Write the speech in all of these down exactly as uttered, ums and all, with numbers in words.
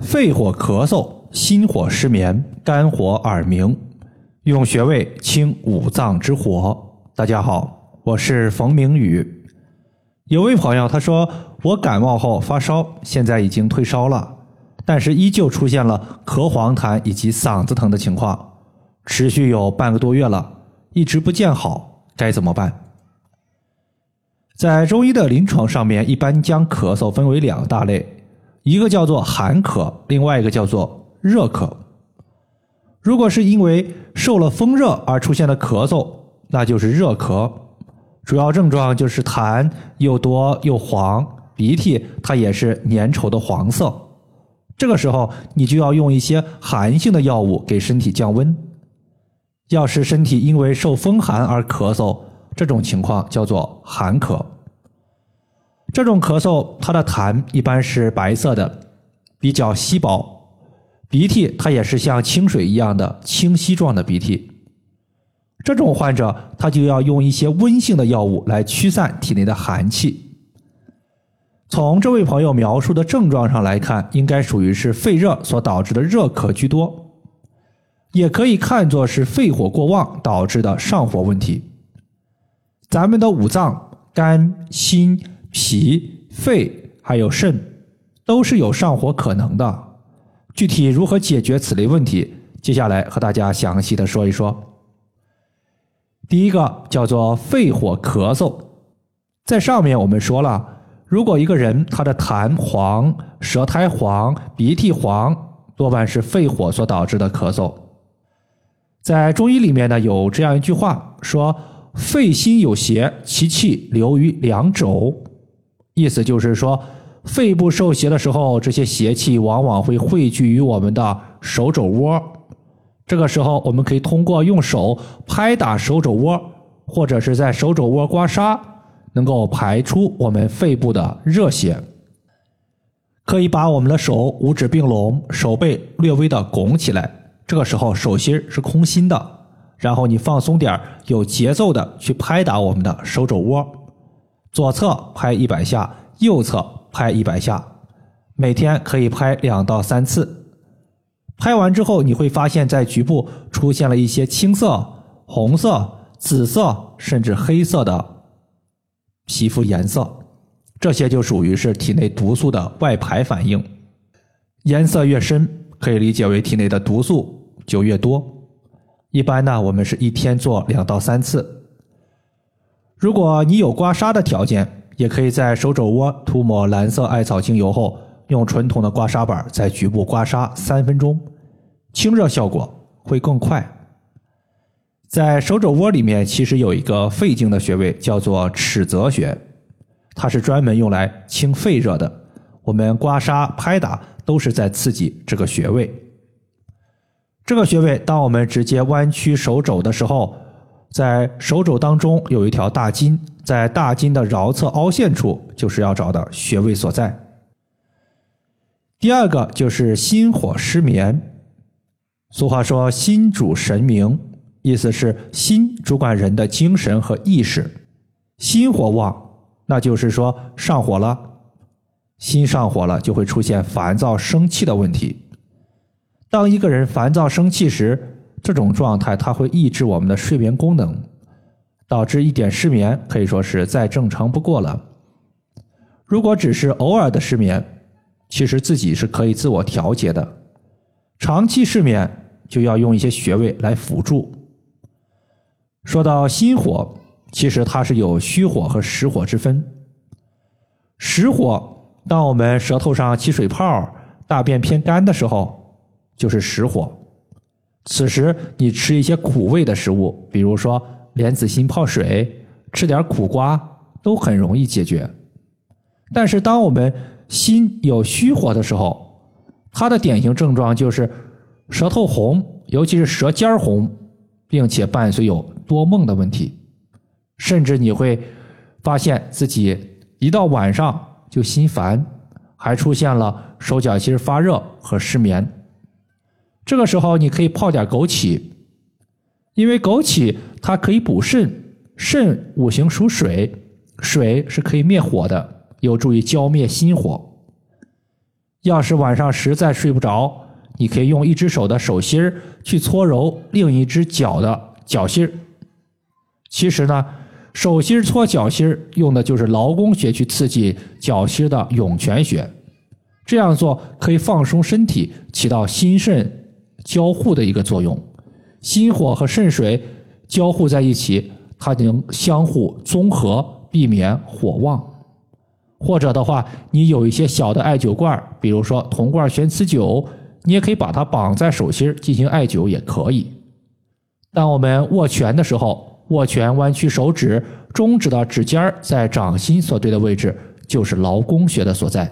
肺火咳嗽，心火失眠，肝火耳鸣，用穴位清五脏之火。大家好，我是冯明宇。有位朋友他说，我感冒后发烧，现在已经退烧了，但是依旧出现了咳黄痰以及嗓子疼的情况，持续有半个多月了，一直不见好，该怎么办？在中医的临床上面，一般将咳嗽分为两大类，一个叫做寒咳，另外一个叫做热咳。如果是因为受了风热而出现的咳嗽，那就是热咳，主要症状就是痰又多又黄，鼻涕它也是粘稠的黄色。这个时候你就要用一些寒性的药物给身体降温。要是身体因为受风寒而咳嗽，这种情况叫做寒咳。这种咳嗽它的痰一般是白色的，比较稀薄，鼻涕它也是像清水一样的清晰状的鼻涕。这种患者他就要用一些温性的药物来驱散体内的寒气。从这位朋友描述的症状上来看，应该属于是肺热所导致的热咳居多，也可以看作是肺火过旺导致的上火问题。咱们的五脏肝、心、脾、肺还有肾都是有上火可能的。具体如何解决此类问题，接下来和大家详细的说一说。第一个叫做肺火咳嗽。在上面我们说了，如果一个人他的痰黄、舌苔黄、鼻涕黄，多半是肺火所导致的咳嗽。在中医里面呢，有这样一句话说，肺心有邪，其气流于两肘。意思就是说，肺部受邪的时候，这些邪气往往会汇聚于我们的手肘窝。这个时候我们可以通过用手拍打手肘窝，或者是在手肘窝刮痧，能够排出我们肺部的热邪。可以把我们的手五指并拢，手背略微的拱起来，这个时候手心是空心的，然后你放松点，有节奏的去拍打我们的手肘窝，左侧拍一百下，右侧拍一百下，每天可以拍两到三次。拍完之后，你会发现在局部出现了一些青色、红色、紫色甚至黑色的皮肤颜色，这些就属于是体内毒素的外排反应。颜色越深，可以理解为体内的毒素就越多。一般呢，我们是一天做两到三次。如果你有刮痧的条件，也可以在手肘窝涂抹蓝色艾草精油后，用纯铜的刮痧板在局部刮痧三分钟，清热效果会更快。在手肘窝里面其实有一个肺经的穴位叫做尺泽穴，它是专门用来清肺热的，我们刮痧拍打都是在刺激这个穴位。这个穴位当我们直接弯曲手肘的时候，在手肘当中有一条大筋，在大筋的桡侧凹陷处就是要找的穴位所在。第二个就是心火失眠。俗话说心主神明，意思是心主管人的精神和意识，心火旺，那就是说上火了，心上火了就会出现烦躁生气的问题。当一个人烦躁生气时，这种状态它会抑制我们的睡眠功能，导致一点失眠可以说是再正常不过了。如果只是偶尔的失眠，其实自己是可以自我调节的，长期失眠就要用一些穴位来辅助。说到心火，其实它是有虚火和实火之分。实火，当我们舌头上起水泡、大便偏干的时候，就是实火。此时你吃一些苦味的食物，比如说莲子心泡水，吃点苦瓜，都很容易解决。但是当我们心有虚火的时候，它的典型症状就是舌头红，尤其是舌尖红，并且伴随有多梦的问题，甚至你会发现自己一到晚上就心烦，还出现了手脚心发热和失眠。这个时候你可以泡点枸杞，因为枸杞它可以补肾，肾五行属水，水是可以灭火的，有助于浇灭心火。 要是晚上实在睡不着，你可以用一只手的手心去搓揉另一只脚的脚心。其实呢，手心搓脚心用的就是劳宫穴去刺激脚心的涌泉穴，这样做可以放松身体，起到心肾交互的一个作用。心火和肾水交互在一起，它能相互综合，避免火旺。或者的话，你有一些小的艾灸罐，比如说铜罐悬磁灸，你也可以把它绑在手心进行艾灸也可以。当我们握拳的时候，握拳弯曲手指，中指的指尖在掌心所对的位置，就是劳宫穴的所在。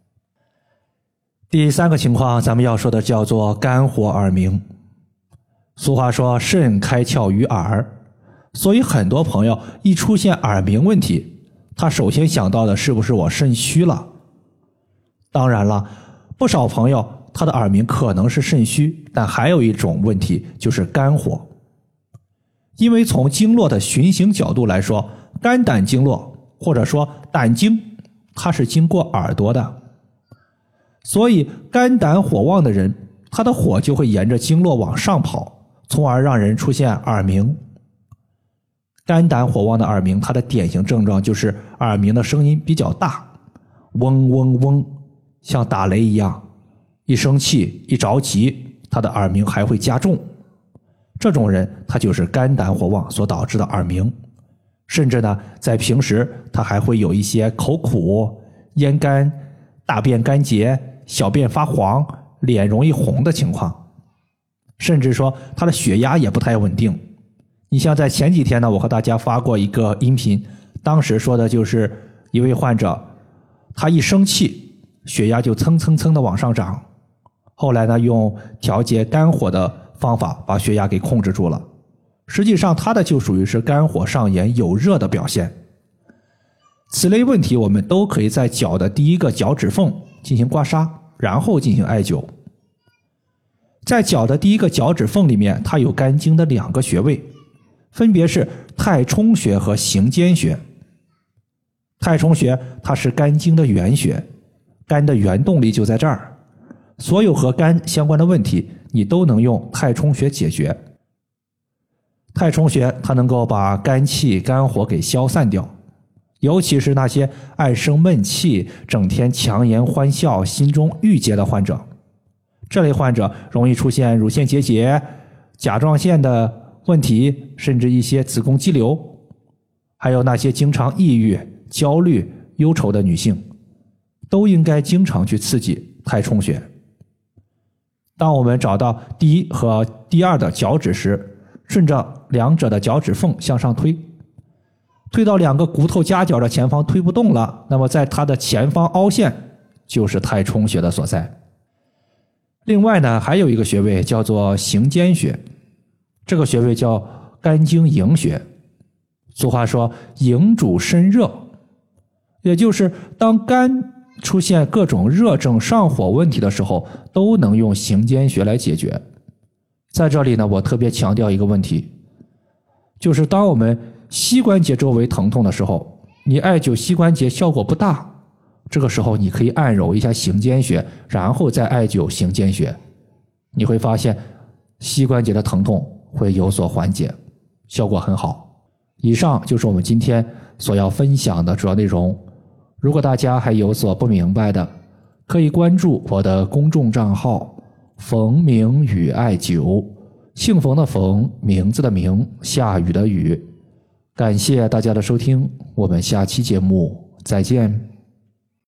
第三个情况咱们要说的叫做肝火耳鸣。俗话说肾开窍于耳，所以很多朋友一出现耳鸣问题，他首先想到的是不是我肾虚了？当然了，不少朋友他的耳鸣可能是肾虚，但还有一种问题就是肝火。因为从经络的循行角度来说，肝胆经络或者说胆经，它是经过耳朵的，所以肝胆火旺的人，他的火就会沿着经络往上跑，从而让人出现耳鸣。肝胆火旺的耳鸣，它的典型症状就是耳鸣的声音比较大，嗡嗡嗡，像打雷一样，一生气一着急，他的耳鸣还会加重。这种人他就是肝胆火旺所导致的耳鸣，甚至呢在平时他还会有一些口苦、咽干、大便干结、小便发黄、脸容易红的情况，甚至说他的血压也不太稳定。你像在前几天呢，我和大家发过一个音频，当时说的就是一位患者，他一生气血压就蹭蹭蹭的往上涨，后来呢用调节肝火的方法把血压给控制住了。实际上他的就属于是肝火上炎有热的表现。此类问题我们都可以在脚的第一个脚趾缝进行刮痧，然后进行艾灸。在脚的第一个脚趾缝里面，它有肝经的两个穴位，分别是太冲穴和行间穴。太冲穴它是肝经的原穴，肝的原动力就在这儿，所有和肝相关的问题你都能用太冲穴解决。太冲穴它能够把肝气肝火给消散掉，尤其是那些爱生闷气、整天强颜欢笑、心中郁结的患者，这类患者容易出现乳腺结节、甲状腺的问题，甚至一些子宫肌瘤，还有那些经常抑郁、焦虑、忧愁的女性，都应该经常去刺激太冲穴。当我们找到第一和第二的脚趾时，顺着两者的脚趾缝向上推，推到两个骨头夹角的前方推不动了，那么在它的前方凹陷就是太冲穴的所在。另外呢，还有一个穴位叫做行间穴，这个穴位叫肝经营穴。俗话说营主身热，也就是当肝出现各种热症上火问题的时候，都能用行间穴来解决。在这里呢，我特别强调一个问题，就是当我们膝关节周围疼痛的时候，你艾灸膝关节效果不大，这个时候你可以按揉一下行间穴，然后再艾灸行间穴，你会发现膝关节的疼痛会有所缓解，效果很好。以上就是我们今天所要分享的主要内容。如果大家还有所不明白的，可以关注我的公众账号冯明宇艾灸，姓冯的冯，名字的名，下雨的雨。感谢大家的收听，我们下期节目再见。